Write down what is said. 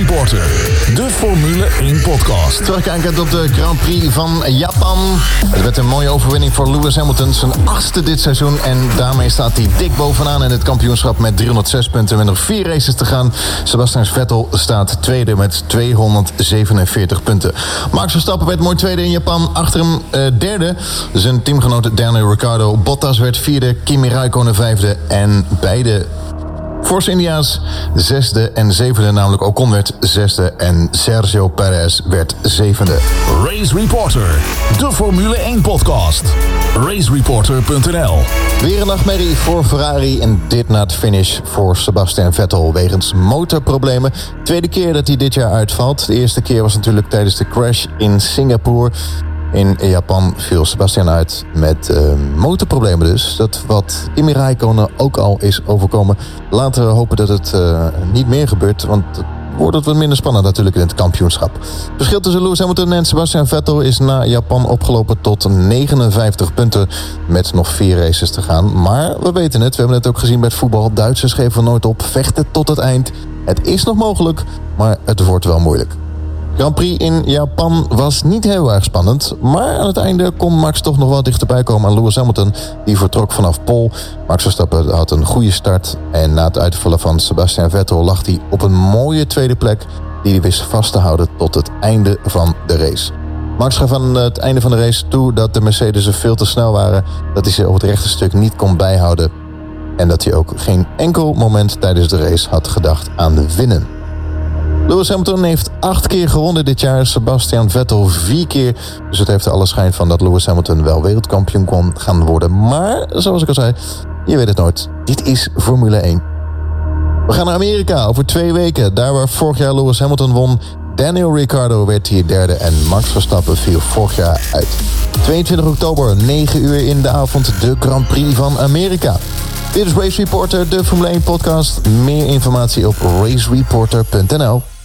Reporter, de Formule 1 podcast. Terugkijkend op de Grand Prix van Japan. Het werd een mooie overwinning voor Lewis Hamilton. Zijn 8e dit seizoen. En daarmee staat hij dik bovenaan in het kampioenschap met 306 punten. Met nog 4 races te gaan. Sebastian Vettel staat tweede met 247 punten. Max Verstappen werd mooi tweede in Japan. Achter hem derde. Zijn teamgenoot Daniel Ricciardo. Bottas werd vierde. Kimi Räikkönen vijfde. En beide Force India's 6e en 7e, namelijk Ocon werd 6e en Sergio Perez werd 7e. Race Reporter, de Formule 1 podcast. RaceReporter.nl. Weer een nachtmerrie voor Ferrari en dit na het finish voor Sebastian Vettel wegens motorproblemen. Tweede keer dat hij dit jaar uitvalt. De eerste keer was natuurlijk tijdens de crash in Singapore. In Japan viel Sebastian uit met motorproblemen dus. Dat wat Kimi Räikkönen ook al is overkomen. Laten we hopen dat het niet meer gebeurt. Want wordt het wat minder spannend natuurlijk in het kampioenschap. Het verschil tussen Lewis Hamilton en Sebastian Vettel is na Japan opgelopen tot 59 punten. Met nog 4 races te gaan. Maar we weten het, we hebben het ook gezien bij het voetbal. Duitsers geven nooit op, vechten tot het eind. Het is nog mogelijk, maar het wordt wel moeilijk. Grand Prix in Japan was niet heel erg spannend. Maar aan het einde kon Max toch nog wel dichterbij komen aan Lewis Hamilton. Die vertrok vanaf pole. Max Verstappen had een goede start. En na het uitvallen van Sebastian Vettel lag hij op een mooie tweede plek. Die hij wist vast te houden tot het einde van de race. Max gaf aan het einde van de race toe dat de Mercedes'en veel te snel waren. Dat hij ze op het rechte stuk niet kon bijhouden. En dat hij ook geen enkel moment tijdens de race had gedacht aan winnen. Lewis Hamilton heeft 8 keer gewonnen dit jaar. Sebastian Vettel 4 keer. Dus het heeft er alle schijn van dat Lewis Hamilton wel wereldkampioen kon gaan worden. Maar, zoals ik al zei, je weet het nooit. Dit is Formule 1. We gaan naar Amerika over 2 weken. Daar waar vorig jaar Lewis Hamilton won. Daniel Ricciardo werd hier derde en Max Verstappen viel vorig jaar uit. 22 oktober, 9 uur in de avond, de Grand Prix van Amerika. Dit is Race Reporter, de Formule 1 podcast. Meer informatie op racereporter.nl.